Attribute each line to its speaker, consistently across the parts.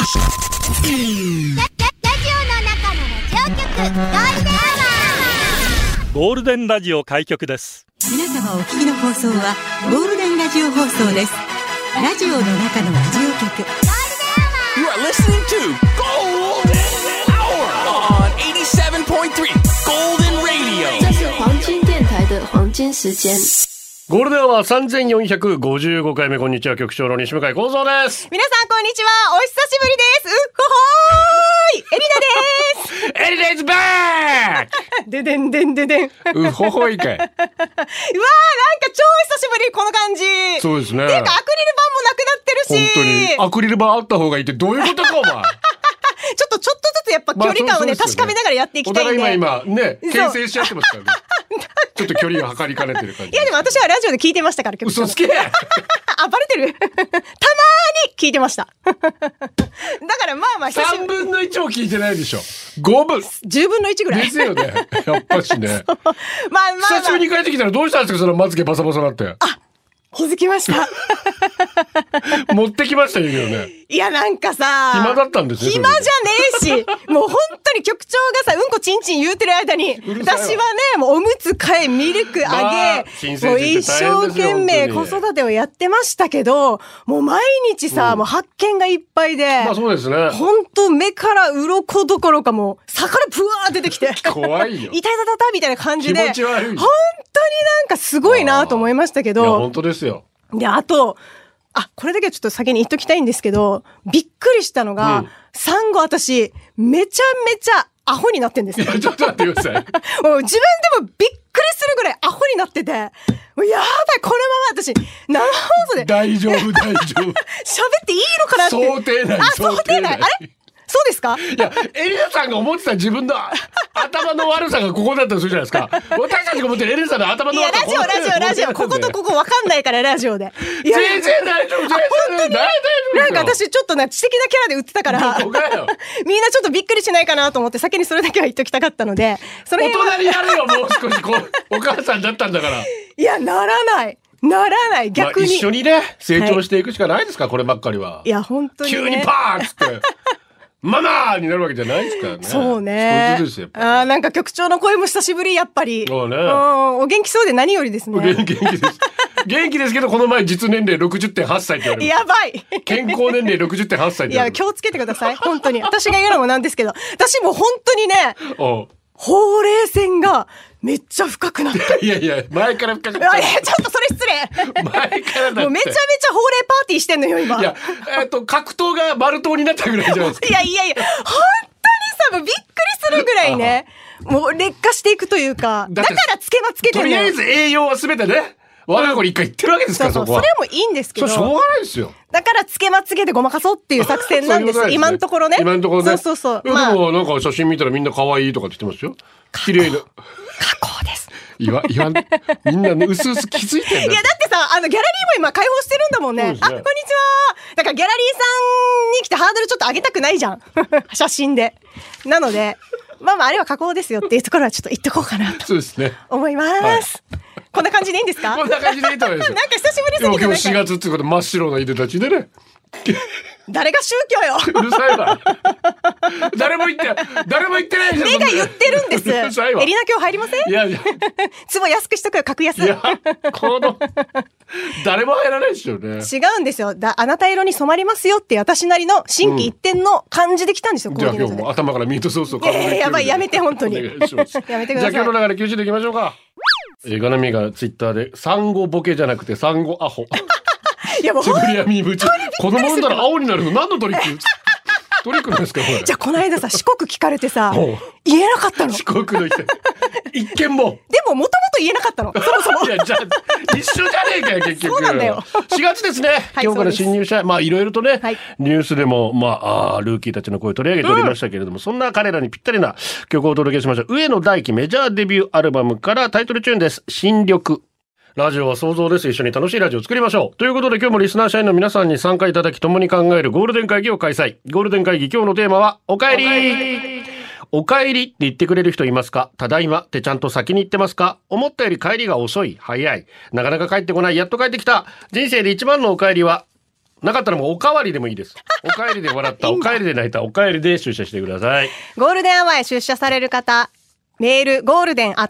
Speaker 1: ゴールデンラジオ開局です。
Speaker 2: 皆様お聞きの放送はゴールデンラジオ放送です。ラジオの中のラジオ局
Speaker 3: You are listening to Golden Hour on 87.3 Golden Radio。
Speaker 4: 这是黄金電台的黄金時間。
Speaker 5: ゴールデンは3455回目。こんにちは、局長の西向井光三です。
Speaker 6: 皆さんこんにちは、お久しぶりです。うっほほーい、エリナです。
Speaker 5: エリナイズバーク
Speaker 6: ででんでんででん。
Speaker 5: うほほいかい。うわー、なんか
Speaker 6: 超久しぶり、この感じ。
Speaker 5: そうですね。
Speaker 6: っていうかアクリル板もなくなってるし。
Speaker 5: 本当にアクリル板あった方がいいってどういうことかお前。
Speaker 6: ちょっとずつやっぱ距離感をね、確かめながらやっていきたいんで。
Speaker 5: お互い今ね、牽制し合ってますからね。ちょっと距離を測りかねてる感じ。
Speaker 6: いやでも私はラジオで聞いてましたから。
Speaker 5: 嘘つけ。
Speaker 6: あ、バレてる。たまーに聞いてました。だからまあまあ久しぶり。
Speaker 5: 3分の1も聞いてないでしょ。5分。
Speaker 6: 10分の1ぐらい。
Speaker 5: ですよね。やっぱしね。
Speaker 6: まあ
Speaker 5: 久しぶりに帰ってきたらどうしたんですか、そのまつげバサバサなって。
Speaker 6: あ、気づきました。
Speaker 5: 持ってきましたよね。
Speaker 6: いやなんかさ、
Speaker 5: 暇だったんですね。
Speaker 6: 暇じゃねえし、もう本当に局長がさ、うんこちんちん言うてる間に、私はね、もうおむつ替え、ミルクあげ、もう一生懸命子育てをやってましたけど、もう毎日さ、もう発見がいっぱいで、
Speaker 5: まあそうですね。
Speaker 6: 本当目から鱗どころかもう、魚ブワー出てきて、
Speaker 5: 怖いよ。
Speaker 6: いたたたたみたいな感じで、
Speaker 5: 気持ち悪い。
Speaker 6: 本当になんかすごいなと思いましたけど、
Speaker 5: いや本当ですよ。
Speaker 6: で、あと、これだけはちょっと先に言っときたいんですけど、びっくりしたのが、産後私、めちゃめちゃアホになってんですよ。
Speaker 5: いや、ちょっと待ってください。
Speaker 6: もう自分でもびっくりするぐらいアホになってて、もうやばい、このまま私、生放送で。
Speaker 5: 大丈夫。喋って
Speaker 6: いいのかなって。
Speaker 5: 想定内。
Speaker 6: 想定内。あれそうですか？
Speaker 5: いや、エリナさんが思ってた自分の頭の悪さがここだったとするじゃないですか。私たちが思ってるエリナさんの頭の悪さ。
Speaker 6: いや、ラジオ。こことここわかんないからラジオで。
Speaker 5: 全然大丈夫。
Speaker 6: 本当になんか私ちょっと知的なキャラで売ってたから、みんなちょっとびっくりしないかなと思って先にそれだけは言っときたかったので、それ
Speaker 5: 大人にやるよ、もう少しお母さんだったんだから。
Speaker 6: いや、ならない逆に、
Speaker 5: 一緒にね成長していくしかないですか、こればっかりは。
Speaker 6: いや本当にね、
Speaker 5: 急にパーンっつってママになるわけじゃないですからね。
Speaker 6: そうね。なんか局長の声も久しぶり、やっぱり。
Speaker 5: そうね。
Speaker 6: お元気そうで何よりですね。
Speaker 5: 元気です。元気ですけど、この前実年齢 60.8 歳って言われる。
Speaker 6: やばい。
Speaker 5: 健康年齢 60.8 歳って言われる。
Speaker 6: いや、気をつけてください。本当に。私が言うのもなんですけど、私も本当にね、ほうれい線がめっちゃ深くなった。
Speaker 5: いや、前から深くなった。
Speaker 6: ちょっとそれ失礼。
Speaker 5: 前からだって。
Speaker 6: もうめちゃめちゃほうれいパーティーしてんのよ、今。
Speaker 5: いや、格闘が丸闘になったぐらいじゃないですか。
Speaker 6: いや、本当にさ、もうびっくりするぐらいね、もう劣化していくというか、だからつけまつけてるのよ。
Speaker 5: とりあえず栄養はすべてね、我が子に一回言ってるわけですから、
Speaker 6: それもいいんですけど。
Speaker 5: しょうがないですよ。
Speaker 6: だからつけまつけてごまかそうっていう作戦なんです。今のところね。
Speaker 5: 今のところね。
Speaker 6: そう。
Speaker 5: でもなんか写真見たらみんな可愛いとかって言ってますよ。綺麗な。
Speaker 6: 加工です。
Speaker 5: 言わみんなね、うすうす気づいてるんだ。
Speaker 6: いや、だってさ、ギャラリーも今開放してるんだもんね。こんにちは。だからギャラリーさんに来てハードルちょっと上げたくないじゃん。写真で。なので、まああれは加工ですよっていうところはちょっと言っとこうかなと。
Speaker 5: そうですね。
Speaker 6: 思います。こんな感じでいいんですか？
Speaker 5: こんな感じでいいと思います。
Speaker 6: なんか久しぶりすぎて。
Speaker 5: 今日4月っていうことで真っ白ないでたちでね。
Speaker 6: 誰が宗教よ。
Speaker 5: うるさいわ。誰も言ってないじゃん。
Speaker 6: 目が言ってるんです。エリナ今日入りません？
Speaker 5: いや。
Speaker 6: 壺安くしとくよ、格安。
Speaker 5: いや、誰も入らないですよね。
Speaker 6: 違うんですよ。あなた色に染まりますよって私なりの心機一転の感じで来たんですよ、
Speaker 5: じゃあ今日も頭からミートソースをかぶって。
Speaker 6: やばい、やめて、本当に。
Speaker 5: お願いします。
Speaker 6: やめてください。
Speaker 5: じゃあ今日の流れ吸収でいきましょうか。ガナミがツイッターで産後ボケじゃなくて産後アホ。
Speaker 6: いやもう
Speaker 5: つぶりやみぶち。子供産んだら青になるの何のトリック？トリックなんですかこれ。
Speaker 6: じゃあこの間さ、四国聞かれてさ、言えなかったの。
Speaker 5: 四国の人一見も。
Speaker 6: でももともと言えなかったの。そもそも。
Speaker 5: いや、じゃあ一緒じゃねえかよ結局。
Speaker 6: そうなんだよ。
Speaker 5: 4月ですね。今日から新入社員、まあいろいろとね、ニュースでもルーキーたちの声を取り上げておりましたけれども、そんな彼らにぴったりな曲をお届けしました。上野大輝メジャーデビューアルバムからタイトルチューンです。新緑。ラジオは想像です。一緒に楽しいラジオを作りましょう。ということで今日もリスナー社員の皆さんに参加いただき共に考えるゴールデン会議を開催。ゴールデン会議今日のテーマはおかえり。おかえりって言ってくれる人いますか？ただいまってちゃんと先に言ってますか？思ったより帰りが遅い、早い、なかなか帰ってこない、やっと帰ってきた。人生で一番のおかえりはなかったらもうおかわりでもいいです。おかえりで笑った、おかえりで泣いた、おかえりで出社してください。
Speaker 6: ゴールデンアワーへ出社される方、メール、ゴールデン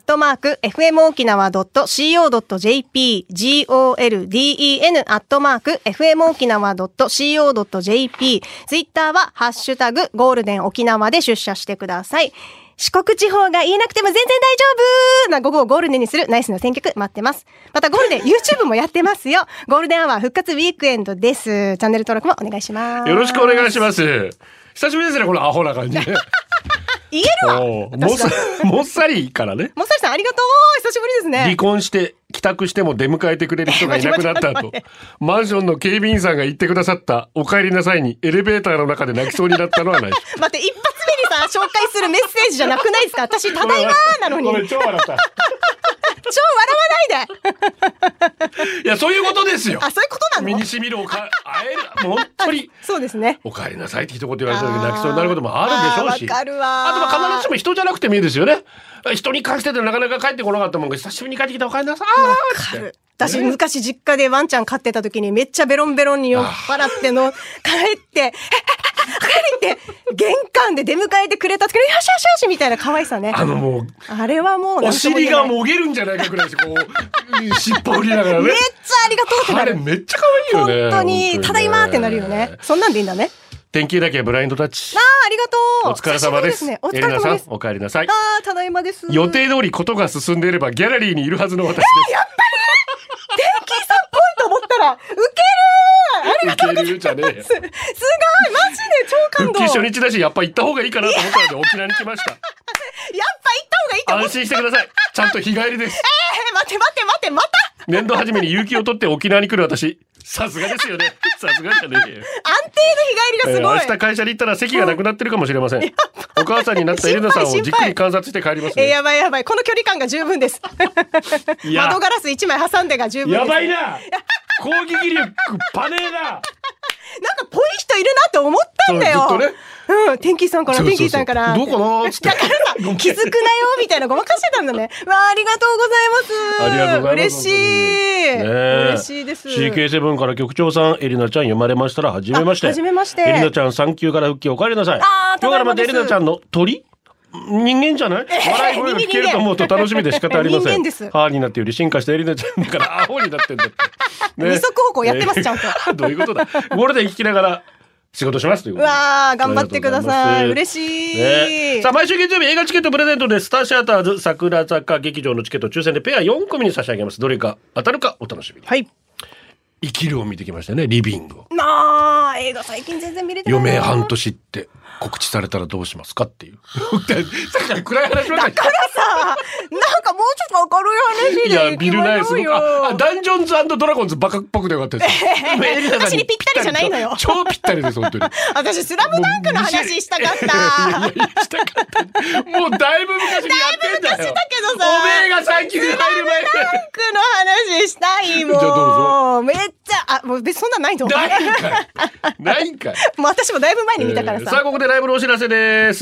Speaker 6: @fmokinawa.co.jp、golden@fmokinawa.co.jp、ツイッターは、ハッシュタグ、ゴールデン沖縄で出社してください。四国地方が言えなくても全然大丈夫な午後をゴールデンにするナイスな選曲待ってます。またゴールデン YouTube もやってますよ。ゴールデンアワー復活ウィークエンドです。チャンネル登録もお願いします。
Speaker 5: よろしくお願いします。久しぶりですね、このアホな感じね。
Speaker 6: 言えるわ。
Speaker 5: もっさりからね。
Speaker 6: もっさりさんありがとう。久しぶりですね。
Speaker 5: 離婚して帰宅しても出迎えてくれる人がいなくなった後、マンションの警備員さんが言ってくださったお帰りなさいにエレベーターの中で泣きそうになったのはない。
Speaker 6: 待って、一発目にさ紹介するメッセージじゃなくないですか。私ただいまなのに。
Speaker 5: ごめん、超笑った。
Speaker 6: 超笑わないで。
Speaker 5: いや、そういうことですよ。
Speaker 6: あ、そういうことなの。
Speaker 5: 身に染みる会える、もう本当に。
Speaker 6: そうですね。
Speaker 5: お帰りなさいって一言言われた時泣きそうになることもあるでしょうし。
Speaker 6: わかるわ。
Speaker 5: あとは必ずしも人じゃなくてもいいですよね。人に関してでなかなか帰ってこなかったもんが久しぶりに帰ってきたお帰りなさい。
Speaker 6: わかる。私、昔実家でワンちゃん飼ってた時にめっちゃベロンベロンに酔っ払っての、帰って、帰って、玄関で出迎えてくれた時に、よしよしよしみたいな可愛さね。
Speaker 5: もう、
Speaker 6: あれはもう、
Speaker 5: お尻がもげるんじゃないかくらいです。こう、尻尾振りながらね。
Speaker 6: めっちゃありがとうってなる。
Speaker 5: あれめっちゃ可愛いよね。
Speaker 6: 本当に、ただいまってなるよね。そんなんでいいんだね。
Speaker 5: 天気だけブラインドタッチ。
Speaker 6: ありがとう。
Speaker 5: お疲れ様です。
Speaker 6: お疲れ様です。
Speaker 5: お帰りなさい。
Speaker 6: ただいまです。
Speaker 5: 予定通りことが進んでいればギャラリーにいるはずの私です。
Speaker 6: やっぱり天気さんっぽいと思ったらウケる。ありがとうございます。じゃねえ。すごいマジで超感動。
Speaker 5: 復帰初日だしやっぱ行った方がいいかなと思ったので沖縄に来ました。
Speaker 6: やっぱ行った方がいいと思う。
Speaker 5: 安心してください。ちゃんと日帰りです。
Speaker 6: 待ってまた。
Speaker 5: 年度初めに有給を取って沖縄に来る私。さすがですよね。さすがじゃねえよ。
Speaker 6: 安定の日帰りがすごい。
Speaker 5: 明日会社に行ったら席がなくなってるかもしれません。お母さんになったエレナさんをじっくり観察して帰りますね。
Speaker 6: やばい。この距離感が十分です。窓ガラス1枚挟んでが十分です。
Speaker 5: やばいな。攻撃力パネーだ。
Speaker 6: なんかぽい人いるなって思ったんだよ。
Speaker 5: ずっとね。
Speaker 6: 天気さんから。
Speaker 5: どうかなーつって。
Speaker 6: だからさ、気づくなよみたいなごまかしてたんだね。ありがとうございます。
Speaker 5: ありがとうございます。
Speaker 6: 嬉しい。嬉しいです。
Speaker 5: CK7 から局長さん、エリナちゃん読まれましたら、はじめまして。
Speaker 6: はじめまして。
Speaker 5: エリナちゃん、産休から復帰お帰りなさい。今日からまたエリナちゃんの鳥人間じゃない、笑い声が聞けると思うと楽しみで仕方ありません。歯になってより進化したエリナちゃんだからアホになってんだって。
Speaker 6: 二足歩行やってますちゃんと。
Speaker 5: どういうことだ。ゴールデン聞きながら仕事しますということで。
Speaker 6: わー、頑張ってください。嬉しい。
Speaker 5: さあ、毎週月曜日映画チケットプレゼントでスターシアターズ桜坂劇場のチケット抽選でペア4組に差し上げます。どれか当たるかお楽しみに。
Speaker 6: はい。
Speaker 5: 生きるを見てきましたね、リビングを。
Speaker 6: 映画最近全然見れてない。
Speaker 5: 余命半年って告知されたらどうしますかっていう。さっきから暗い話ばかり。
Speaker 6: だからさ、なんかもうちょっと明るい話で。
Speaker 5: いや、ビルナイス。ダンジョンズ&ドラゴンズバカっぽくてよかったです。
Speaker 6: 私にぴったりじゃないのよ。
Speaker 5: 超ぴったりです、本当に。
Speaker 6: 私、スラムダンクの話したかった。
Speaker 5: したかった。もうだいぶ昔にやってんだよ。
Speaker 6: だいぶ昔だけどさ。
Speaker 5: おめえが最近入る前に。
Speaker 6: スラムダンクの話したいもん。
Speaker 5: じゃあどうぞ。
Speaker 6: めっちゃ、もう別にそんなんないの。
Speaker 5: ないんかい。
Speaker 6: もう私もだいぶ前に見たからさ。
Speaker 5: さあ、ここでライブのお知らせです。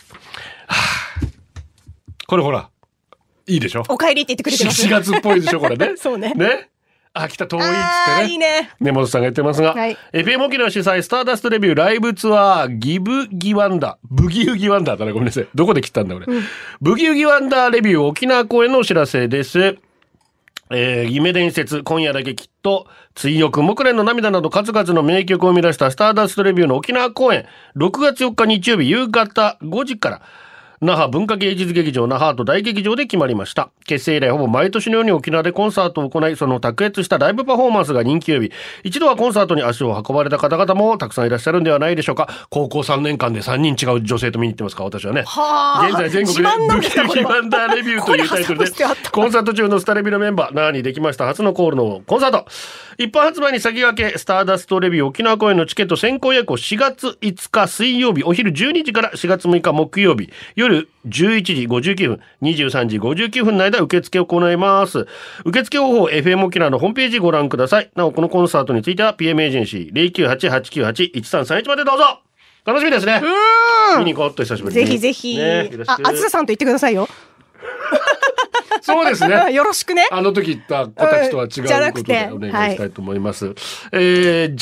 Speaker 5: これほら、いいでしょ。
Speaker 6: お帰りって言ってくれてます。
Speaker 5: 4月っぽいでしょ、これね。
Speaker 6: そうね。
Speaker 5: ね。秋田遠いっつってね。
Speaker 6: いいね。
Speaker 5: 根本さんが言ってますが、FM 沖縄主催スターダストレビューライブツアーギブギワンダー、ブギウギワンダーだな、ごめんなさい。どこで切ったんだ俺。ブギウギワンダーレビュー沖縄公演のお知らせです。夢伝説、今夜だけきっと、追憶、木蓮の涙など数々の名曲を生み出したスターダストレビューの沖縄公演、6月4日日曜日夕方5時から、那覇文化芸術劇場那覇アート大劇場で決まりました。結成以来ほぼ毎年のように沖縄でコンサートを行い、その卓越したライブパフォーマンスが人気を呼び、一度はコンサートに足を運ばれた方々もたくさんいらっしゃるんではないでしょうか。高校3年間で3人違う女性と見に行ってますか、私はね。現在全国でブギウギワンダーレビューというタイトルでコンサート中のスタレビのメンバー那覇にできました初のコールのコンサート。一般発売に先駆けスターダストレビュー沖縄公演のチケット先行予約を4月5日水曜日お昼12時から4月6日木曜日夜11時59分、23時59分の間受付を行います。受付方法 FM 沖縄のホームページご覧ください。なおこのコンサートについては PM エージェンシー 098-898-1331 までどうぞ。楽しみですね。見に行こうと久しぶりに。
Speaker 6: ぜひぜひ。あずささんと言ってくださいよ。
Speaker 5: そうですね。
Speaker 6: よろしくね。
Speaker 5: あの時言った子たちとは違うことでお願いしたいと思います。ジャッ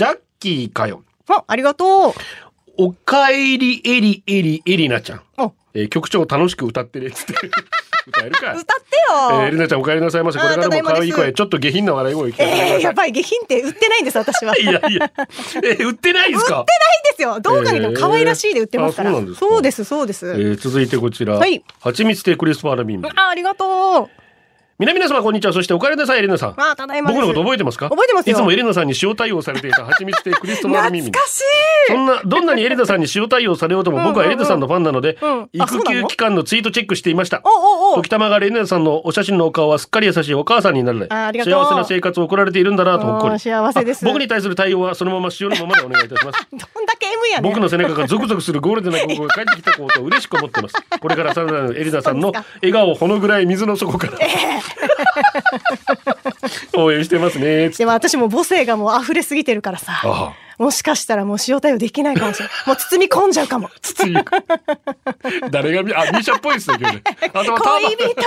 Speaker 5: キーかよ。
Speaker 6: ありがとう。
Speaker 5: おかえりエリナちゃん。局長楽しく歌ってねっつって歌えるか。
Speaker 6: 歌ってよ。
Speaker 5: エリナちゃんお帰りなさいませ。これからも可愛い声、ちょっと下品な笑い声聞かせてください。
Speaker 6: やばい、下品って売ってないんです私は。
Speaker 5: いや売ってないですか。
Speaker 6: 売ってないんですよ。動画にでも可愛らしいで売ってますから。そうですそうです。
Speaker 5: 続いてこちら、はちみつ亭クリストファー・ラビン。
Speaker 6: ありがとう。
Speaker 5: 皆様こんにちは。そしてお帰りなさいエレナさん。
Speaker 6: ただいまです。
Speaker 5: 僕のこと覚えてますか？
Speaker 6: 覚えてますよ。
Speaker 5: いつもエレナさんに塩対応されていたはちみつ亭クリストファー・ラビン。
Speaker 6: 懐かしい。
Speaker 5: どんなにエレナさんに塩対応されようとも僕はエレナさんのファンなので、育休期間のツイートチェックしていました。時たまがエレナさんのお写真のお顔はすっかり優しいお母さんになる幸せな生活を送られているんだなとほっこり。
Speaker 6: 幸せです。
Speaker 5: 僕に対する対応はそのまま塩のままでお願いいたします。
Speaker 6: どんだけ M やねん。
Speaker 5: 僕の背中がゾクゾクするゴールデンな午後が帰ってきたことを嬉しく思ってます。これからさらなるエレナさんの笑顔をほのぐらい水の底から応援してますね。
Speaker 6: でも私も母性がもう溢れすぎてるからさ、もしかしたらもう塩対応できないかもしれない。もう包み込んじゃうかも。
Speaker 5: 誰がミーシャっぽいですね今日ね。頭タ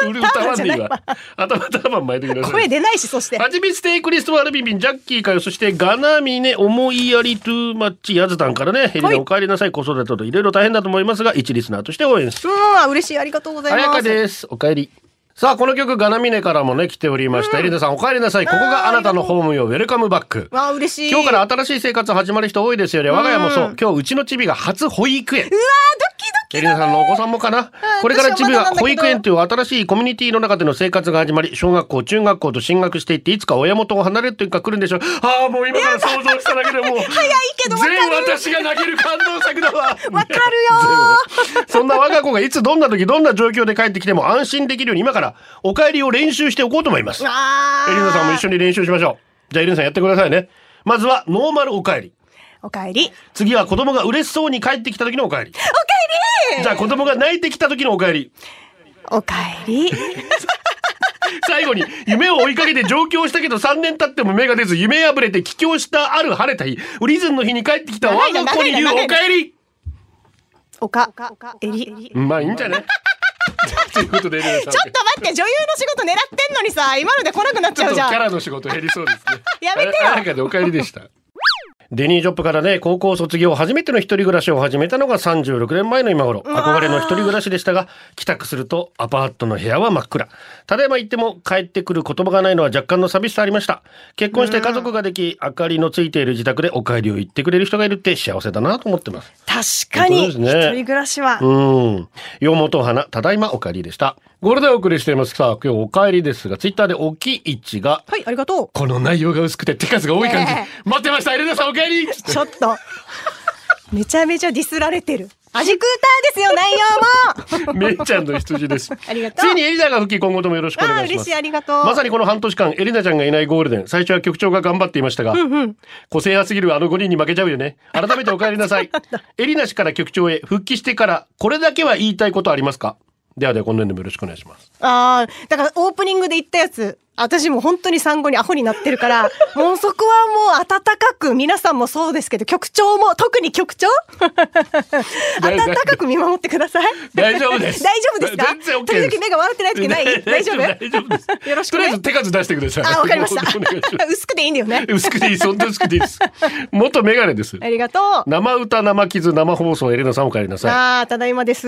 Speaker 5: ーバン巻いてください。
Speaker 6: 声出ないし。そして
Speaker 5: はちみつ亭クリストファー・ルビンビンジャッキーかよ。そしてガナミネ思いやりトゥーマッチヤズタンからね、エリナお帰りなさい。子育てといろいろ大変だと思いますが一リスナーとして応援し
Speaker 6: 嬉しい。ありがとうございます。
Speaker 5: あやかです。お帰り。さあこの曲ガナミネからもね来ておりました。エリナさんお帰りなさい。ここがあなたのホームよ。ウェルカムバック。
Speaker 6: 嬉しい。
Speaker 5: 今日から新しい生活始まる人多いですよね。我が家もそう。今日うちのチビが初保育園。
Speaker 6: ドキドキ。
Speaker 5: エリナさんのお子さんもかな。これからチビは保育園という新しいコミュニティの中での生活が始まり、小学校中学校と進学していっていつか親元を離れるというか来るんでしょう。もう今から想像しただけでもう
Speaker 6: 早いけど
Speaker 5: 全私が泣ける感動作だわ。
Speaker 6: わかるよ。
Speaker 5: そんな我が子がいつどんな時どんな状況で帰ってきても安心できるように今からお帰りを練習しておこうと思います。エリナさんも一緒に練習しましょう。じゃあエリナさんやってくださいね。まずはノーマルお帰り。
Speaker 6: お帰り。
Speaker 5: 次は子供が嬉しそうに帰ってきた時のお帰り。お帰り。じゃあ子供が泣いてきた時のお帰り。
Speaker 6: お帰り。
Speaker 5: 最後に夢を追いかけて上京したけど3年経っても芽が出ず夢破れて帰郷したある晴れた日リズンの日に帰ってきた我が子に言うお帰り。
Speaker 6: おかえり。
Speaker 5: まあいいんじゃないということでちょっと待
Speaker 6: って女優の仕事狙ってんのにさ今ので来なくなっちゃうじゃん。
Speaker 5: ちょっとキャラの仕事減りそうですね。
Speaker 6: やめてよ。
Speaker 5: 中でお帰りでした。デニージョップからね高校卒業初めての一人暮らしを始めたのが36年前の今頃。憧れの一人暮らしでしたが帰宅するとアパートの部屋は真っ暗。ただいま行っても帰ってくる言葉がないのは若干の寂しさありました。結婚して家族ができ明かりのついている自宅でお帰りを言ってくれる人がいるって幸せだなと思ってます。
Speaker 6: 確かに、一人暮らしは
Speaker 5: 洋本花ただいまお帰りでした。ゴールデンお送りしています。さあ今日お帰りですがツイッターでおきいちが
Speaker 6: ありがとう。
Speaker 5: この内容が薄くて手数が多い感じ、待ってましたエレナさんお帰り。
Speaker 6: ちょっとめちゃめちゃディスられてる。アジクーターですよ内容も。
Speaker 5: めいちゃんの羊です。
Speaker 6: ありがとう。
Speaker 5: ついにエリナが復帰今後ともよろしくお願いします。
Speaker 6: 嬉しい。ありがとう。
Speaker 5: まさにこの半年間エリナちゃんがいないゴールデン最初は局長が頑張っていましたが、個性派すぎるあの5人に負けちゃうよね。改めてお帰りなさい。エリナ氏から局長へ復帰してからこれだけは言いたいことありますか。では今年度もよろしくお願いします。
Speaker 6: だからオープニングで言ったやつ私も本当に産後にアホになってるからもうそこはもう温かく皆さんもそうですけど局長も特に局長温かく見守ってください。
Speaker 5: 大丈夫です。
Speaker 6: 大丈夫ですか。
Speaker 5: 全然 OK です。
Speaker 6: 時々目が笑ってない時ない。大丈夫。
Speaker 5: 大丈夫です。
Speaker 6: よろしく、ね、
Speaker 5: とりあえず手数出してください。
Speaker 6: わかりました。薄くていいんだよね。
Speaker 5: 薄くていいです。本当に薄くていいです。元メガネです。
Speaker 6: ありがとう。
Speaker 5: 生歌生傷生放送エレナさんお帰りなさい。
Speaker 6: ただいまです。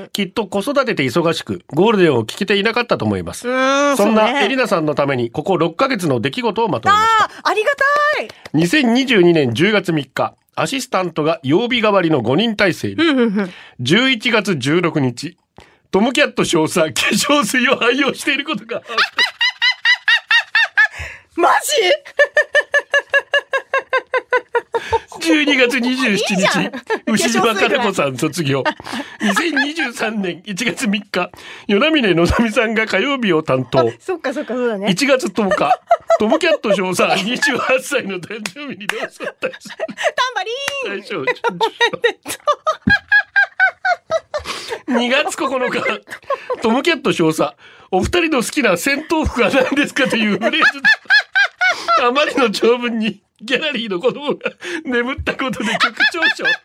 Speaker 5: きっと子育てて忙しくゴールデンを聞けていなかったと思います。そんなエリナさんのためにここ6ヶ月の出来事をまとめました。
Speaker 6: ありがたい。
Speaker 5: 2022年10月3日アシスタントが曜日代わりの5人体制に、11月16日トムキャット少佐化粧水を愛用していることが
Speaker 6: マジ
Speaker 5: 12月27日牛島かな子さん卒業。2023年1月3日与那嶺のぞみさんが火曜日を担当。
Speaker 6: そっかそうだね。
Speaker 5: 1月10日トムキャット少佐28歳の誕生日にどうぞタン
Speaker 6: バリーン。
Speaker 5: 大丈夫。2月9日トムキャット少佐お二人の好きな戦闘服は何ですかというフレーズあまりの長文にギャラリーの子供が眠ったことで局長賞。それで局長賞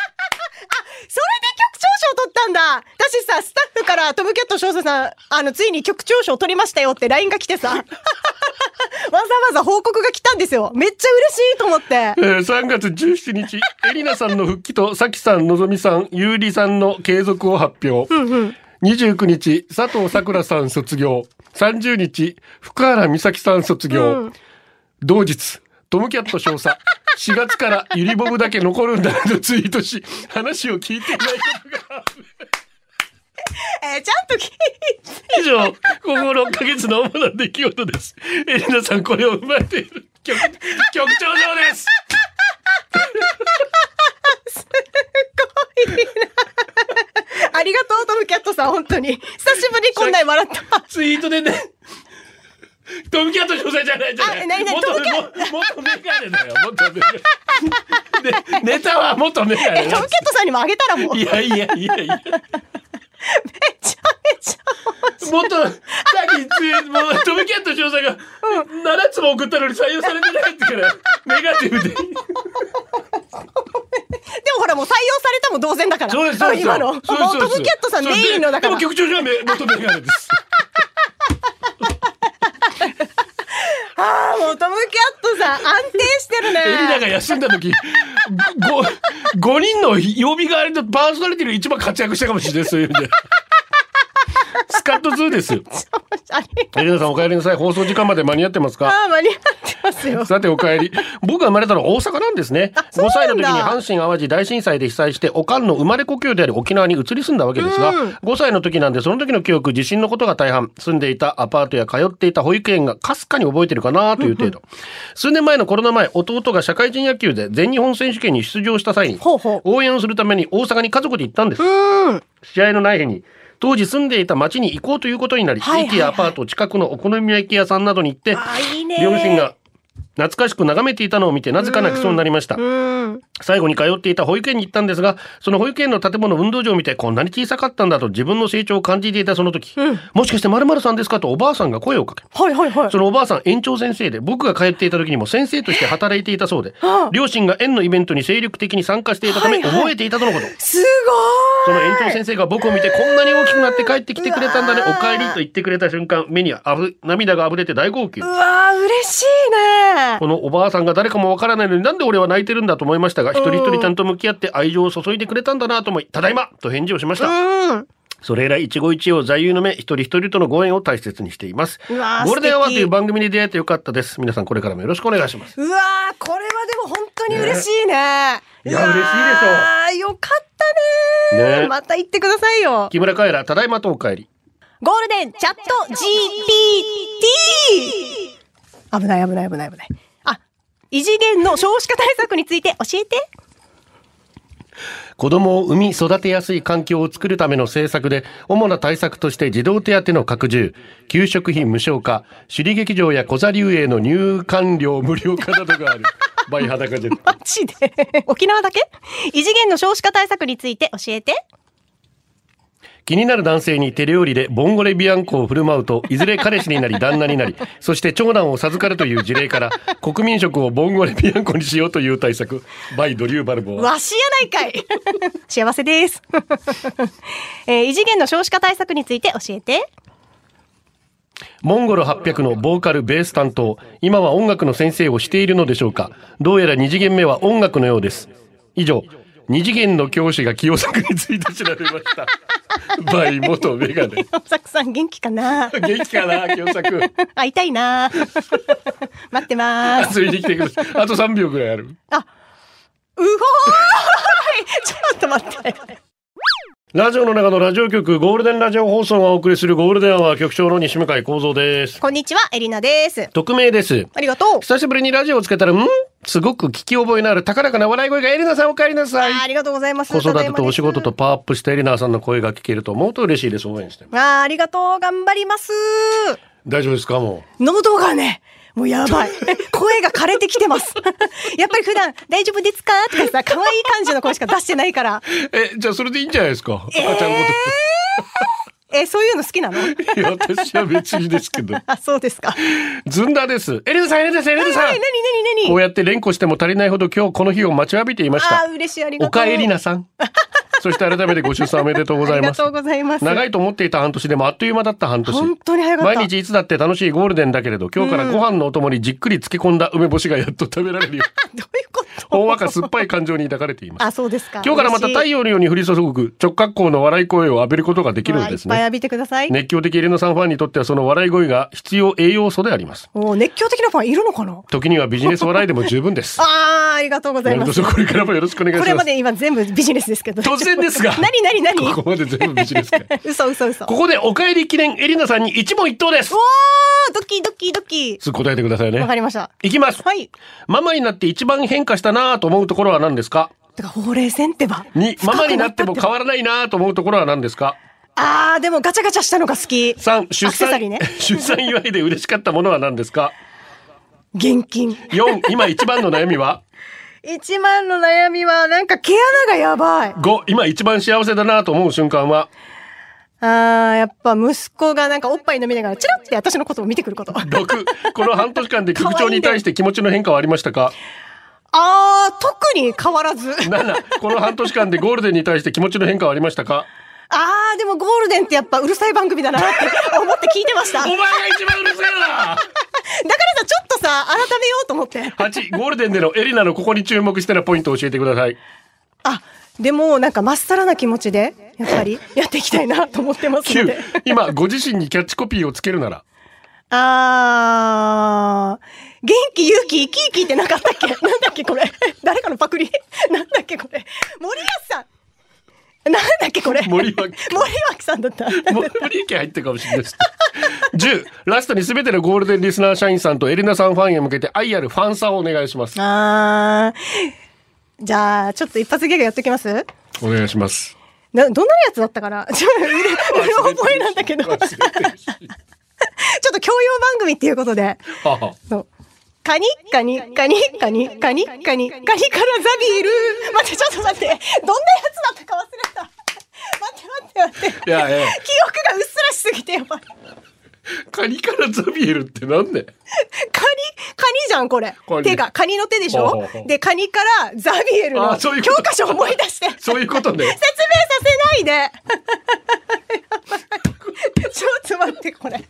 Speaker 5: 取ったんだ。私さスタッフからトムキャット少佐さんついに局長賞取りましたよって LINE が来てさわざわざ報告が来たん
Speaker 6: なんですよ。めっちゃ嬉しいと思って。
Speaker 5: 3月17日、エリナさんの復帰とさきさん、のぞみさん、ゆうりさんの継続を発表。29日、佐藤さくらさん卒業。30日、福原美咲さん卒業。同日、トムキャット少佐。4月からゆりボブだけ残るんだとツイートし、話を聞いていないことが
Speaker 6: ちゃんと聞いて。
Speaker 5: 以上、ここ6ヶ月の主な出来事です。エリナさん、これを踏まえている局長上です。
Speaker 6: すごいな。ありがとうトムキャットさん、本当に久しぶりにこんなに笑った。
Speaker 5: ツイートでね、トムキャット少佐じゃないじゃない。元メガネだよ。元メガネ。ネタは元メガネ。
Speaker 6: トムキャットさんにもあげたらもう。
Speaker 5: いや。
Speaker 6: めちゃめちゃ
Speaker 5: 元さっきもうトムキャット少佐が7つも送ったのに採用されてないってからネガティブで。でも
Speaker 6: ほらもう採用されたも同然だから。
Speaker 5: そうです。
Speaker 6: 今のトムキャットさんメインのだから。
Speaker 5: でも局長じゃ元メガネです。
Speaker 6: もうトムキャットさん安定してるね。
Speaker 5: エリナが休んだ時5人の曜日代わりのパーソナリティの一番活躍したかもしれない。そういう意味でスカッと2ですよ。エリナさんお帰りなさい。放送時間まで間に合ってますか？
Speaker 6: 間に合ってますよ。
Speaker 5: さてお帰り。僕が生まれたのは大阪なんですね。5歳の時に阪神淡路大震災で被災しておかんの生まれ故郷である沖縄に移り住んだわけですが、5歳の時なんでその時の記憶、地震のことが大半、住んでいたアパートや通っていた保育園がかすかに覚えてるかなという程度。数年前のコロナ前、弟が社会人野球で全日本選手権に出場した際に応援をするために大阪に家族で行ったんです。試合のない日に当時住んでいた町に行こうということになり、駅やアパート近くのお好み焼き屋さんなどに行って、両親が懐かしく眺めていたのを見てなぜか泣きそうになりました。最後に通っていた保育園に行ったんですが、その保育園の建物運動場を見てこんなに小さかったんだと自分の成長を感じていたその時、もしかして〇〇さんですかとおばあさんが声をかけ、そのおばあさん園長先生で、僕が通っていた時にも先生として働いていたそうで、両親が園のイベントに精力的に参加していたため覚えていたとのこと。
Speaker 6: すごい。
Speaker 5: その園長先生が僕を見てこんなに大きくなって帰ってきてくれたんだね、お帰りと言ってくれた瞬間、目に涙があふれて大号泣。
Speaker 6: うわー嬉しいね。
Speaker 5: このおばあさんが誰かもわからないのになんで俺は泣いてるんだと思いましたが、一人一人ちゃんと向き合って愛情を注いでくれたんだなと思い、ただいまと返事をしました。それ以来一期一会を座右の銘、一人一人とのご縁を大切にしています。ゴールデンアワーという番組に出会えてよかったです。皆さんこれからもよろしくお願いします。
Speaker 6: うわー、これはでも本当に嬉しいね。いや
Speaker 5: 嬉しいでしょ。
Speaker 6: よかったね。また言ってくださいよ。
Speaker 5: 木村カエラ、ただいまとお帰り。
Speaker 6: ゴールデンチャット GPT。危ない。異次元の少子化対策について教えて。
Speaker 5: 子供を産み育てやすい環境を作るための政策で、主な対策として児童手当の拡充、給食費無償化、首里劇場や小座流営の入館料無料化などがある。バイ裸ジェット。
Speaker 6: マジで沖縄だけ？異次元の少子化対策について教えて。
Speaker 5: 気になる男性に手料理でボンゴレビアンコを振る舞うと、いずれ彼氏になり旦那になり、そして長男を授かるという事例から、国民食をボンゴレビアンコにしようという対策。バイドリューバルボア。
Speaker 6: わしやないかい。幸せです。異次元の少子化対策について教えて。
Speaker 5: モンゴル800のボーカルベース担当、今は音楽の先生をしているのでしょうか。どうやら2次元目は音楽のようです。以上、2次元の教師が清作について調べました。バイ元メガネ。
Speaker 6: 清作さん元気かな。
Speaker 5: 元気かな清作。
Speaker 6: 会いたいな。待ってます。
Speaker 5: 遊びに来てください。あと3秒ぐらいある。
Speaker 6: うほーい。ちょっと待って。
Speaker 5: ラジオの中のラジオ局、ゴールデンラジオ放送がお送りするゴールデンアワー、局長の西向井光三です。
Speaker 6: こんにちは、エリナです。
Speaker 5: 匿名です。
Speaker 6: ありがとう。
Speaker 5: 久しぶりにラジオをつけたら、すごく聞き覚えのある高らかな笑い声がエリナさんお帰りなさい。
Speaker 6: ありがとうございます。
Speaker 5: 子育てとお仕事とパワーアップしたエリナさんの声が聞けると思うと嬉しいです。応援してます。
Speaker 6: ありがとう。頑張ります。
Speaker 5: 大丈夫ですか？も
Speaker 6: う喉がね、もうやばい。声が枯れてきてます。やっぱり普段大丈夫ですかとかさ、可愛い感じの声しか出してないから。
Speaker 5: じゃあそれでいいんじゃないですか。赤ちゃんこと。
Speaker 6: そういうの好きなの？
Speaker 5: いや、私は別にですけど。
Speaker 6: あ、そうですか。
Speaker 5: ずんだです。エリナさん。
Speaker 6: 何
Speaker 5: こうやって連呼しても足りないほど今日この日を待ちわびていました。
Speaker 6: 嬉しい、ありがとう。
Speaker 5: おかえりなさん。そそして改めてご出産おめでとうございます。
Speaker 6: ありがとうございます。
Speaker 5: 長いと思っていた半年でもあっという間だった半年。
Speaker 6: 本当に早かった。
Speaker 5: 毎日いつだって楽しいゴールデンだけれど、今日からご飯のお供にじっくり漬け込んだ梅干しがやっと食べられるよ。
Speaker 6: どういうこと？
Speaker 5: ほんわか酸っぱい感情に抱かれています。
Speaker 6: あ、そうですか。
Speaker 5: 今日からまた太陽のように降り注ぐ直角行の笑い声を浴びることができるのですね。
Speaker 6: いっぱい浴びてください。
Speaker 5: 熱狂的エレナさんファンにとってはその笑い声が必要栄養素であります。
Speaker 6: 熱狂的なファンいるのかな？
Speaker 5: 時にはビジネス笑いでも十分です。
Speaker 6: ありがとうございます。
Speaker 5: これからもよろしくお願いします。
Speaker 6: これまで今全部ビジネスですけど。
Speaker 5: 突然ですが。
Speaker 6: 何
Speaker 5: ここまで全部ビジネスか。
Speaker 6: 嘘。
Speaker 5: ここでお帰り記念エリナさんに一問一答です。
Speaker 6: おー、ドキドキ。
Speaker 5: すぐ答えてくださいね。
Speaker 6: わかりました。
Speaker 5: いきます。
Speaker 6: はい。
Speaker 5: ママになって一番変化したなと思うところは何ですか？
Speaker 6: だからほうれい線ってば。
Speaker 5: 2、ママになっても変わらないなと思うところは何ですか？
Speaker 6: でもガチャガチャしたのが好き。
Speaker 5: 3、出
Speaker 6: アクセサリーね。
Speaker 5: 出産祝いで嬉しかったものは何ですか？
Speaker 6: 現金。
Speaker 5: 4、今一番の悩みは？
Speaker 6: 一番の悩みはなんか毛穴がやばい。
Speaker 5: 5、今一番幸せだなと思う瞬間は？
Speaker 6: やっぱ息子がなんかおっぱい飲みながらチラッて私のことを見てくること。
Speaker 5: 6、この半年間で局長に対して気持ちの変化はありましたか？
Speaker 6: 特に変わらず。
Speaker 5: 7、この半年間でゴールデンに対して気持ちの変化はありましたか？
Speaker 6: でもゴールデンってやっぱうるさい番組だなって思って聞いてました。
Speaker 5: お前が一番うるせえな。
Speaker 6: だからさ、ちょっとさ、改めようと思って。
Speaker 5: 8、ゴールデンでのエリナのここに注目してのポイントを教えてください。
Speaker 6: でもなんかまっさらな気持ちでやっぱりやっていきたいなと思ってますので。
Speaker 5: 9、今ご自身にキャッチコピーをつけるなら？
Speaker 6: 元気勇気生き生きってなかったっけ？なんだっけこれ。誰かのパクリ？なんだっけこれ。森保さん。なんだっけこれ。
Speaker 5: 森脇
Speaker 6: さんだった。
Speaker 5: 森脇入ってるかもしれないです。10、ラストにすべてのゴールデンリスナー社員さんとエリナさんファンへ向けて愛あるファンサをお願いします。
Speaker 6: じゃあちょっと一発ギャグやっておきます。
Speaker 5: お願いします。
Speaker 6: どんなやつだったかな。ちょっと覚えなんだけど。ちょっと教養番組っていうことで。カニからザビエル。待って、ちょっと待って。どんなやつだったか忘れた。待って。記憶がうっすらしすぎてやばい。
Speaker 5: カニからザビエルってなんで？
Speaker 6: カニじゃんこれ。手がカニの手でしょ。でカニからザビエルの教科書を思い出して。
Speaker 5: そういうことね。
Speaker 6: 説明させないで。ちょっと待ってこれ。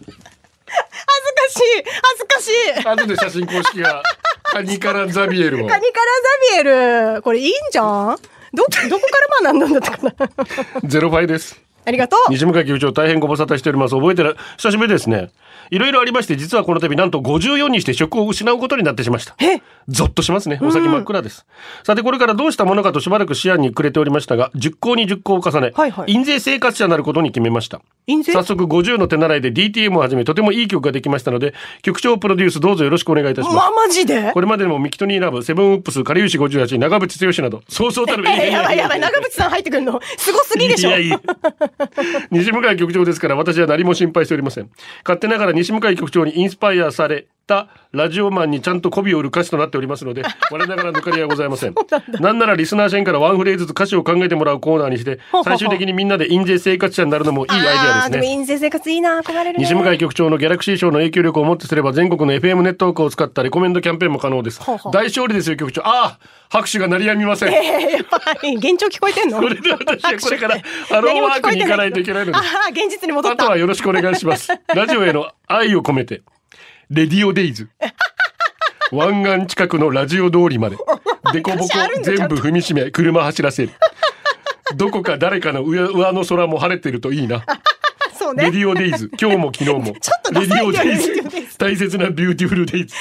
Speaker 6: 恥ずかしい。
Speaker 5: 後で写真公式がカニからザビエルを。
Speaker 6: カニからザビエル。これいいんじゃん。どこから学んだんだったかな。
Speaker 5: ゼロファイです。
Speaker 6: ありがとう。
Speaker 5: 西向井局長大変ご無沙汰しております。覚えてる？久しぶりですね。いろいろありまして、実はこの度なんと54にして職を失うことになってしました。ゾッとしますね。お先真っ暗です。さてこれからどうしたものかとしばらく思案に暮れておりましたが、10項に10項を重ね、印税生活者になることに決めました。早速50の手習いで DTM をはじめとてもいい曲ができましたので、局長プロデュースどうぞよろしくお願いいたします。
Speaker 6: マジで？こ
Speaker 5: れまでもミキトニーラブ、セブンウップス、かりゆし58、長渕剛など、そうそうたる。
Speaker 6: やばい、長渕さん入ってくるのすごすぎでしょ。
Speaker 5: 西向井局長ですから私は何も心配しておりません。勝手ながら西向井局長にインスパイアされたラジオマンにちゃんと媚びを売る歌詞となっておりますので、我ながら抜かりはございません。なんならリスナー社員からワンフレーズずつ歌詞を考えてもらうコーナーにして、最終的にみんなで印税生活者になるのもいいアイデアですね。
Speaker 6: でも印税生活いいな、憧れるね。
Speaker 5: 西向井局長のギャラクシー賞の影響力をもってすれば全国の FM ネットワークを使ったレコメンドキャンペーンも可能です。大勝利ですよ局長。拍手が鳴りやみません。
Speaker 6: やばい、幻聴聞こえてんの？
Speaker 5: それで私はこれからハローワークに行かないといけないので、
Speaker 6: 現実に戻った。
Speaker 5: あとはよろしくお願いします。ラジオへの愛を込めてレディオデイズ。湾岸近くのラジオ通りまでデコボコ全部踏みしめ車走らせる。どこか誰かの上の空も晴れてるといいな。
Speaker 6: そうね、
Speaker 5: レディオデイズ、今日も昨日もレディオデイズ、大切なビューティフルデイズ。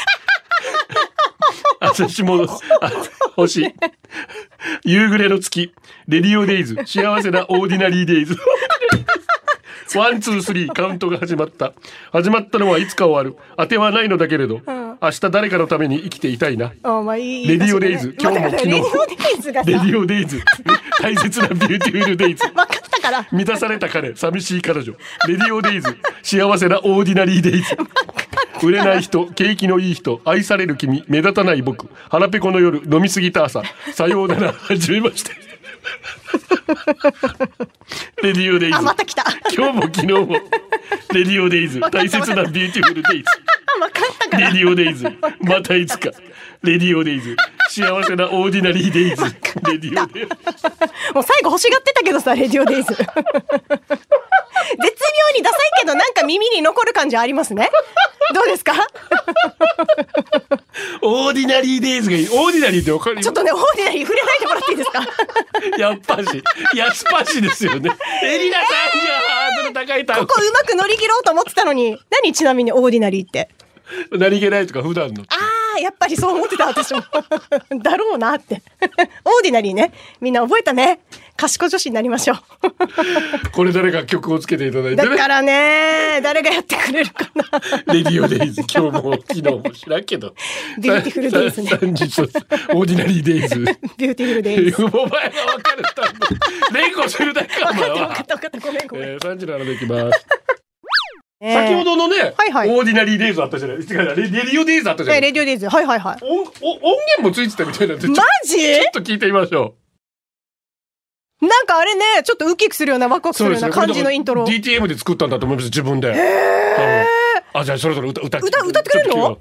Speaker 5: 私も星夕暮れの月、レディオデイズ、幸せなオーディナリーデイズ。ワンツースリーカウントが始まったのはいつか終わる。当てはないのだけれど、明日誰かのために生きていたいな。レディオデイズ、今日も昨日もレディオデイズ、大切なビューティフルデイズ。
Speaker 6: 分かったから。
Speaker 5: 満たされた彼、寂しい彼女。レディオデイズ、幸せなオーディナリーデイズ。売れない人、景気のいい人、愛される君、目立たない僕、腹ペコの夜、飲みすぎた朝、さようなら、はじめまして。レディオデイズ、
Speaker 6: また来た。
Speaker 5: 今日も昨日もレディオデイズ、大切なビューティフルデイズ。
Speaker 6: 分かったから。
Speaker 5: レディオデイズ、またいつか。レディオデイズ、幸せなオーディナリーデイズ。レディオデイズ。
Speaker 6: もう最後欲しがってたけどさ、レディオデイズ。絶妙にダサいけどなんか耳に残る感じありますね。どうですか？
Speaker 5: オーディナリーデイズがいい。オーディナリーってわかる？
Speaker 6: ちょっとね、オーディナリー触れないでもらっていいですか？
Speaker 5: やっぱし、やっぱしですよね。エリナさんがハードル高いターン。
Speaker 6: ここうまく乗り切ろうと思ってたのに、何ちなみにオーディナリーって。
Speaker 5: 何気ないとか普段の。
Speaker 6: やっぱりそう思ってた私も。だろうなって。オーディナリーね。みんな覚えたね。賢女子になりましょう。
Speaker 5: これ誰か曲をつけていただいてね。
Speaker 6: だからね、誰がやってくれるかな。
Speaker 5: レディオデイズ、今日も昨日も知らんけど。
Speaker 6: ビューティフルデイズね。
Speaker 5: 30オーディナリーデイズ。
Speaker 6: ビューティフルデイズ。
Speaker 5: お前が分かるたん連呼するだけかお前は。
Speaker 6: 分かったごめんごめん。
Speaker 5: 37でいきます。先ほどのね、
Speaker 6: はいはい、
Speaker 5: オーディナリーデイズあったじゃない。レディオデイズあったじゃない。
Speaker 6: レディオデイズ、はいはいはい。
Speaker 5: 音源もついてたみたいなんで。
Speaker 6: マジ？
Speaker 5: ちょっと聞いてみましょ
Speaker 6: う。なんかあれね、ちょっとウキウキするようなワクワクするような感じのイントロ。
Speaker 5: DTM で作ったんだと思います、自分で。あ、じゃあそれぞれ歌ってくれるの？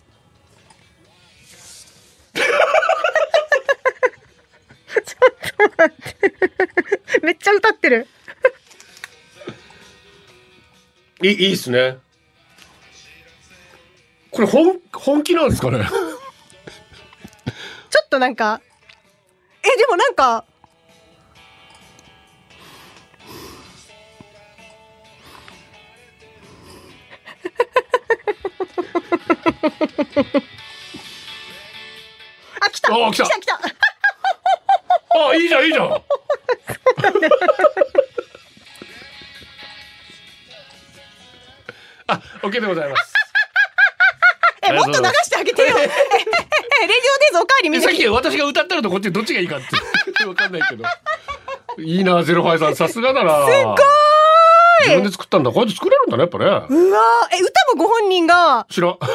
Speaker 6: めっちゃ歌ってる。
Speaker 5: いいっすね。これ本気なんですかね。
Speaker 6: ちょっとなんかでもなんか来た。
Speaker 5: いいじゃんいいじゃん。OK でございます。
Speaker 6: もっと流してあげてよ。レディオデイズおかわり見
Speaker 5: さっき私が歌ったのとこっちどっちがいいかって分かんないけど。いいな、ゼロファイさん、さすがだな。
Speaker 6: すごい。
Speaker 5: 自分で作ったんだ。こうやって作れるんだね、やっぱね。
Speaker 6: うわ歌もご本人が。
Speaker 5: 知らん。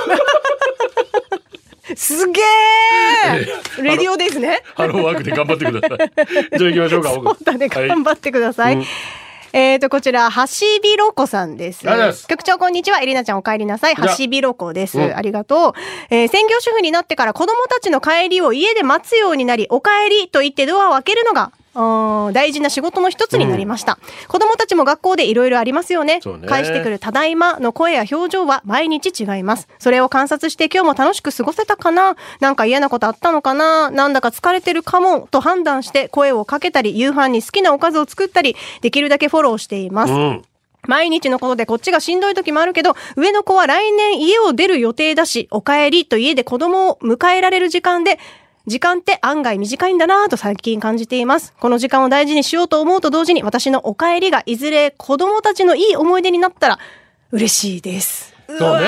Speaker 6: すげー。レディオデイズね。
Speaker 5: ハローワークで頑張ってください。じゃあ行きましょうか。
Speaker 6: そうだね、頑張ってください。こちら、はしびろこさんです。局長こんにちは。エリナちゃんお帰りなさい。はしびろこです。ありがとう。専業主婦になってから子供たちの帰りを家で待つようになり、お帰りと言ってドアを開けるのが大事な仕事の一つになりました。子供たちも学校でいろいろありますよね。返してくるただいまの声や表情は毎日違います。それを観察して今日も楽しく過ごせたかな、なんか嫌なことあったのかな、なんだか疲れてるかもと判断して声をかけたり、夕飯に好きなおかずを作ったり、できるだけフォローしています。毎日のことでこっちがしんどい時もあるけど、上の子は来年家を出る予定だし、お帰りと家で子供を迎えられる時間って案外短いんだなぁと最近感じています。この時間を大事にしようと思うと同時に、私のお帰りがいずれ子供たちのいい思い出になったら嬉しいです。
Speaker 5: そうね。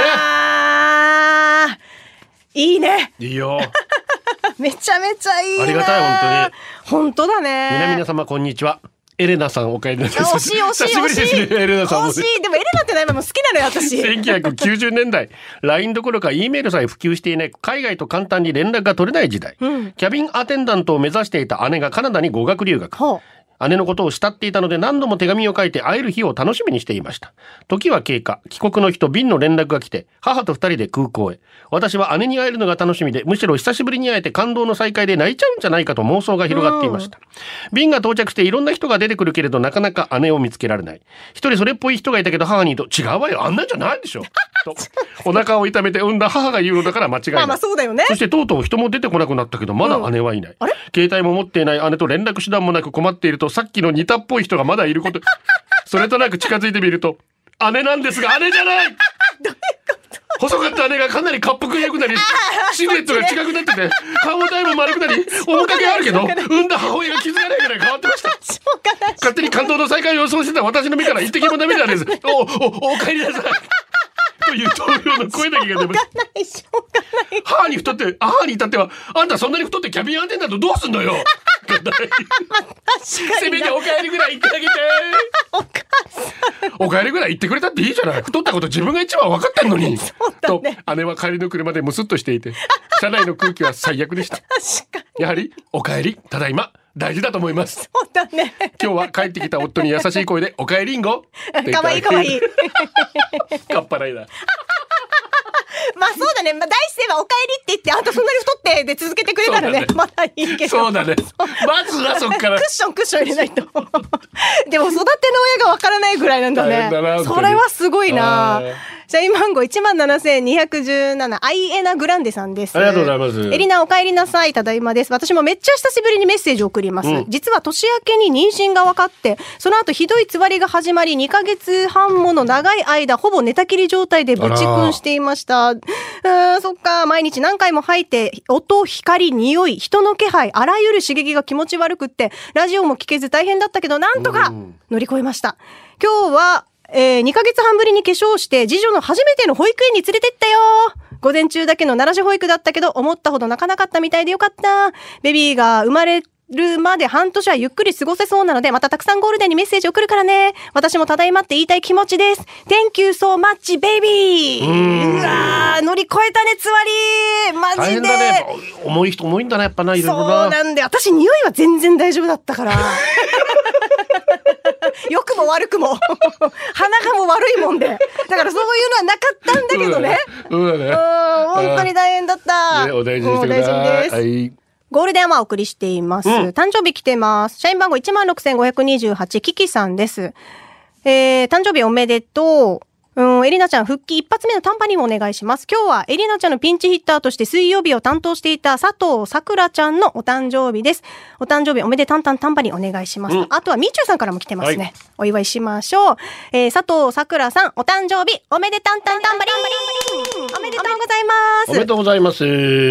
Speaker 6: いいね。
Speaker 5: いいよ。
Speaker 6: めちゃめちゃいいね。
Speaker 5: ありがたい、本当に。
Speaker 6: 本当だね。
Speaker 5: 皆様こんにちは。エレナさんお帰りなさい。
Speaker 6: 惜しい惜しい惜しい。
Speaker 5: 久しぶりですね、エレナさんも、ね。
Speaker 6: 惜しい。でもエレナって名前も好きなのよ、私。
Speaker 5: 1990年代、LINE どころか E メールさえ普及していない、海外と簡単に連絡が取れない時代、キャビンアテンダントを目指していた姉がカナダに語学留学。姉のことを慕っていたので何度も手紙を書いて会える日を楽しみにしていました。時は経過、帰国の日と便の連絡が来て、母と二人で空港へ。私は姉に会えるのが楽しみで、むしろ久しぶりに会えて感動の再会で泣いちゃうんじゃないかと妄想が広がっていました。便が到着していろんな人が出てくるけれど、なかなか姉を見つけられない。一人それっぽい人がいたけど、母に言うと、違うわよ、あんなんじゃないでしょとお腹を痛めて産んだ母が言うのだから間違いない。
Speaker 6: まあそうだよね。
Speaker 5: そしてとうとう人も出てこなくなったけど、まだ姉はいない。携帯も持っていない姉と連絡手段もなく困っていると、さっきの似たっぽい人がまだいること、それとなく近づいてみると、姉なんですが、姉じゃない。細かった姉がかなり滑腹が良くなり、シルエットが違くなってて、顔だいぶ丸くなり、面影あるけど、産んだ母親が気づかないぐらい変わってました。勝手に感動の再会を予想してた私の目から一滴も涙です。お帰りなさい。という同僚の声だけが出ました。母に至っては、あんたそんなに太ってキャビンアテンダントどうすんのよ。せめてお帰りぐらい言ってあげて。お帰りぐらい言ってくれたっていいじゃない。太ったこと自分が一番分かってんのに。と姉は帰りの車でムスッとしていて、車内の空気は最悪でした。やはりお帰りただいま大事だと思います。
Speaker 6: そうだね。
Speaker 5: 今日は帰ってきた夫に優しい声でお帰りんご。
Speaker 6: かわいいかわいい。
Speaker 5: かっぱらいだ。
Speaker 6: まあそうだね。まあ、第一声はお帰りって言って、あんたそんなに太ってで続けてくれたらね、まだいいけど。
Speaker 5: そうだね。まずはそっから。
Speaker 6: クッション入れないと。でも育ての親がわからないぐらいなんだね。それはすごいな。社員番号17,217アイエナグランデさんです。
Speaker 5: ありがとうございます。
Speaker 6: エリナお帰りなさい、ただいまです。私もめっちゃ久しぶりにメッセージを送ります。実は年明けに妊娠が分かって、その後ひどいつわりが始まり、2ヶ月半もの長い間ほぼ寝たきり状態でぶちくんしていました。そっか。毎日何回も吐いて、音、光、匂い、人の気配、あらゆる刺激が気持ち悪くって、ラジオも聞けず大変だったけど、なんとか乗り越えました。今日は2ヶ月半ぶりに化粧して次女の初めての保育園に連れてったよ。午前中だけの奈良市保育だったけど思ったほど泣かなかったみたいでよかった。ベビーが生まれるまで半年はゆっくり過ごせそうなので、またたくさんゴールデンにメッセージ送るからね。私もただいまって言いたい気持ちです。Thank you so much baby。 うわー乗り越えたねつわり。マジで大変だね。
Speaker 5: 重い人重いんだねやっぱな。いろいろな。
Speaker 6: そうなんで、私匂いは全然大丈夫だったから良くも悪くも鼻がも悪いもんで、だからそういうのはなかったんだけどね。本当に大変だった、
Speaker 5: ね、お大事にしてください。はい、
Speaker 6: ゴールデンはお送りしています、誕生日来てます。社員番号16,528キキさんです。誕生日おめでとう。エリナちゃん復帰一発目のタンパリンをお願いします。今日はエリナちゃんのピンチヒッターとして水曜日を担当していた佐藤さくらちゃんのお誕生日です。お誕生日おめでタンタンタンパリンお願いします。あとはみちゅうさんからも来てますね、はい、お祝いしましょう。佐藤さくらさんお誕生日おめでタンタンタンパリンおめでとうございます。
Speaker 5: おめでとうございます。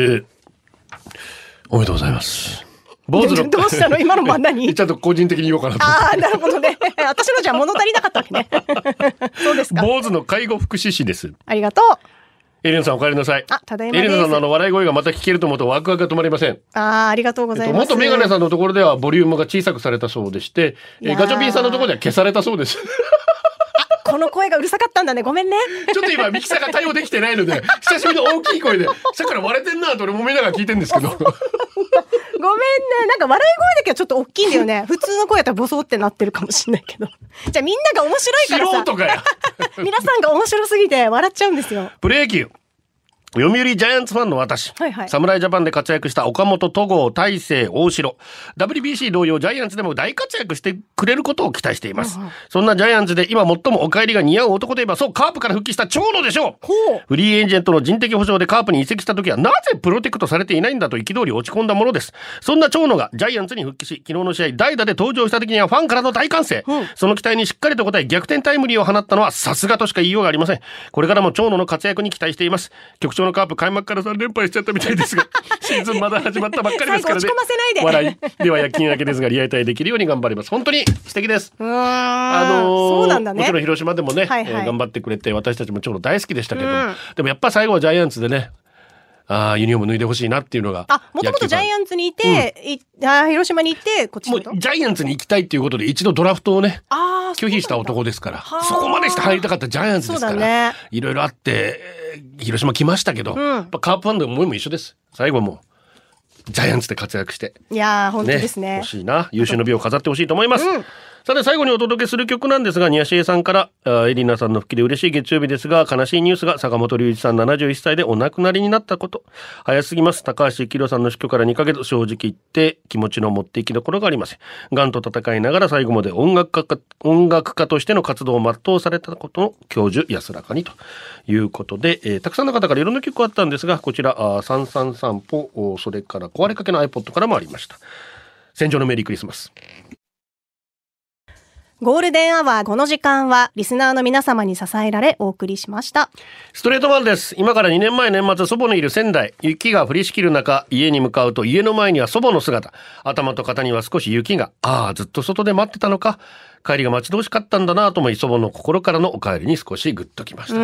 Speaker 5: おめでとうございます。坊主の
Speaker 6: どうしたの今のまんなに
Speaker 5: ちゃんと個人的に言おうかなと。
Speaker 6: ああなるほどね。私のじゃ物足りなかったわけね。そうですか。
Speaker 5: 坊主の介護福祉士です。
Speaker 6: ありがとう。
Speaker 5: エレナさんお帰りなさい。
Speaker 6: ただいまです。
Speaker 5: エレナさんの笑い声がまた聞けると思うとワクワクが止まりません。
Speaker 6: ありがとうございます。
Speaker 5: 元メガネさんのところではボリュームが小さくされたそうでして、ガチョピンさんのところでは消されたそうです。
Speaker 6: この声がうるさかったんだね。ごめんね。
Speaker 5: ちょっと今ミキサーが対応できてないので久しぶりの大きい声でさっきから割れてんなと俺もめながら聞いてるんですけどごめんね。
Speaker 6: なんか笑い声だけはちょっと大きいんだよね。普通の声だったらボソってなってるかもしれないけど。じゃあみんなが面白いからさ。
Speaker 5: 素人かや。
Speaker 6: 皆さんが面白すぎて笑っちゃうんですよ。
Speaker 5: プロ野球読売ジャイアンツファンの私、侍ジャパンで活躍した岡本、戸郷、大勢、大城 WBC 同様ジャイアンツでも大活躍してくれることを期待しています、そんなジャイアンツで今最もお帰りが似合う男といえばそうカープから復帰した長野でしょう。フリーエージェントの人的保障でカープに移籍した時はなぜプロテクトされていないんだと憤り落ち込んだものです。そんな長野がジャイアンツに復帰し昨日の試合代打で登場した時にはファンからの大歓声、その期待にしっかりと応え逆転タイムリーを放ったのはさすがとしか言いようがありません。これからも長野の活躍に期待しています。局長のカープ開幕から3連敗しちゃったみたいですがシーズンまだ始まったばっかりですからね。笑いでは夜勤明けですがリアタイできるように頑張ります。本当に素敵です。そうなんだね。もちろん広島でもね、頑張ってくれて私たちも長野大好きでしたけど、でもやっぱ最後はジャイアンツでねユニフォーム脱いでほしいなっていうのが
Speaker 6: もともとジャイアンツにいて、広島に行ってこっち
Speaker 5: もうジャイアンツに行きたいっていうことで一度ドラフトをね拒否した男ですから、そこまでして入りたかったジャイアンツですから、いろいろあって広島来ましたけど、やっぱカープファンの思いも一緒です。最後もジャイアンツで活躍して
Speaker 6: いや本当ですね。
Speaker 5: 欲しいな、優秀の美を飾ってほしいと思います、さて最後にお届けする曲なんですが、ニヤシエさんからエリナさんの復帰で嬉しい月曜日ですが悲しいニュースが坂本龍一さん71歳でお亡くなりになったこと。早すぎます。高橋幸宏さんの死去から2ヶ月、正直言って気持ちの持っていきどころがありません。がんと戦いながら最後まで音楽家としての活動を全うされたことの教授安らかにということで、たくさんの方からいろんな曲あったんですが、こちら三三散歩、それから壊れかけの iPod からもありました。戦場のメリークリスマス。
Speaker 6: ゴールデンアワーこの時間はリスナーの皆様に支えられお送りしました。
Speaker 5: ストレートマンです。今から2年前年末祖母のいる仙台、雪が降りしきる中家に向かうと家の前には祖母の姿、頭と肩には少し雪が、ずっと外で待ってたのか、帰りが待ち遠しかったんだなと思い祖母の心からのお帰りに少しグッときました。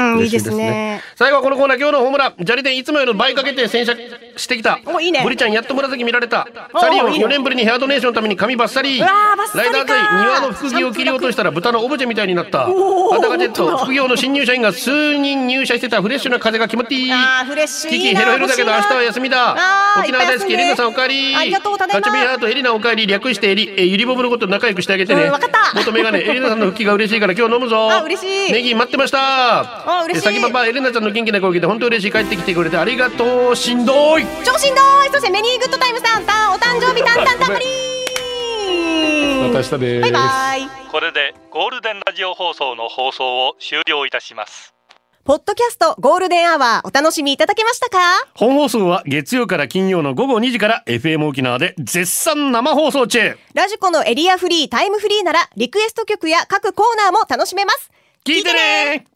Speaker 6: いいですね。
Speaker 5: 最後はこのコーナー今日のホームラン砂利店いつもより倍かけて洗車してきた。
Speaker 6: いいね。
Speaker 5: ブリちゃんやっと紫見られた。サリオン4年ぶりにヘアドネーションのために髪バッサリ。ライダー剤庭の副業を切り落としたら豚のオブジェみたいになった。アタガジェット副業の新入社員が数人入社してた。フレッシュな風が気持ちいい。
Speaker 6: フレッシュ
Speaker 5: キキヘロヘロだけど明日は休みだ。沖縄大好きエリナさんお帰り。
Speaker 6: ありがとう。ただいま。
Speaker 5: カチョビハートエリナお帰り略してエリゆりボブのこと仲良くしてあげてね。
Speaker 6: わかった。
Speaker 5: 元メガネエレナさんの復帰が嬉しいから今日飲むぞ。
Speaker 6: あ、嬉しい。
Speaker 5: ネギ待ってました。
Speaker 6: あ、嬉しい。
Speaker 5: さきパパエレナちゃんの元気な声聞いて本当嬉しい。帰ってきてくれてありがとう。しんどい。
Speaker 6: 超しんどい。そしてメニーグッドタイムさん、お誕生日たんたんたんぱりー。
Speaker 5: また明日です。
Speaker 6: バイバイ。
Speaker 1: これでゴールデンラジオ放送の放送を終了いたします。
Speaker 6: ポッドキャストゴールデンアワーお楽しみいただけましたか？
Speaker 5: 本放送は月曜から金曜の午後2時から FM 沖縄で絶賛生放送中。
Speaker 6: ラジコのエリアフリータイムフリーならリクエスト曲や各コーナーも楽しめます。
Speaker 5: 聞いてね。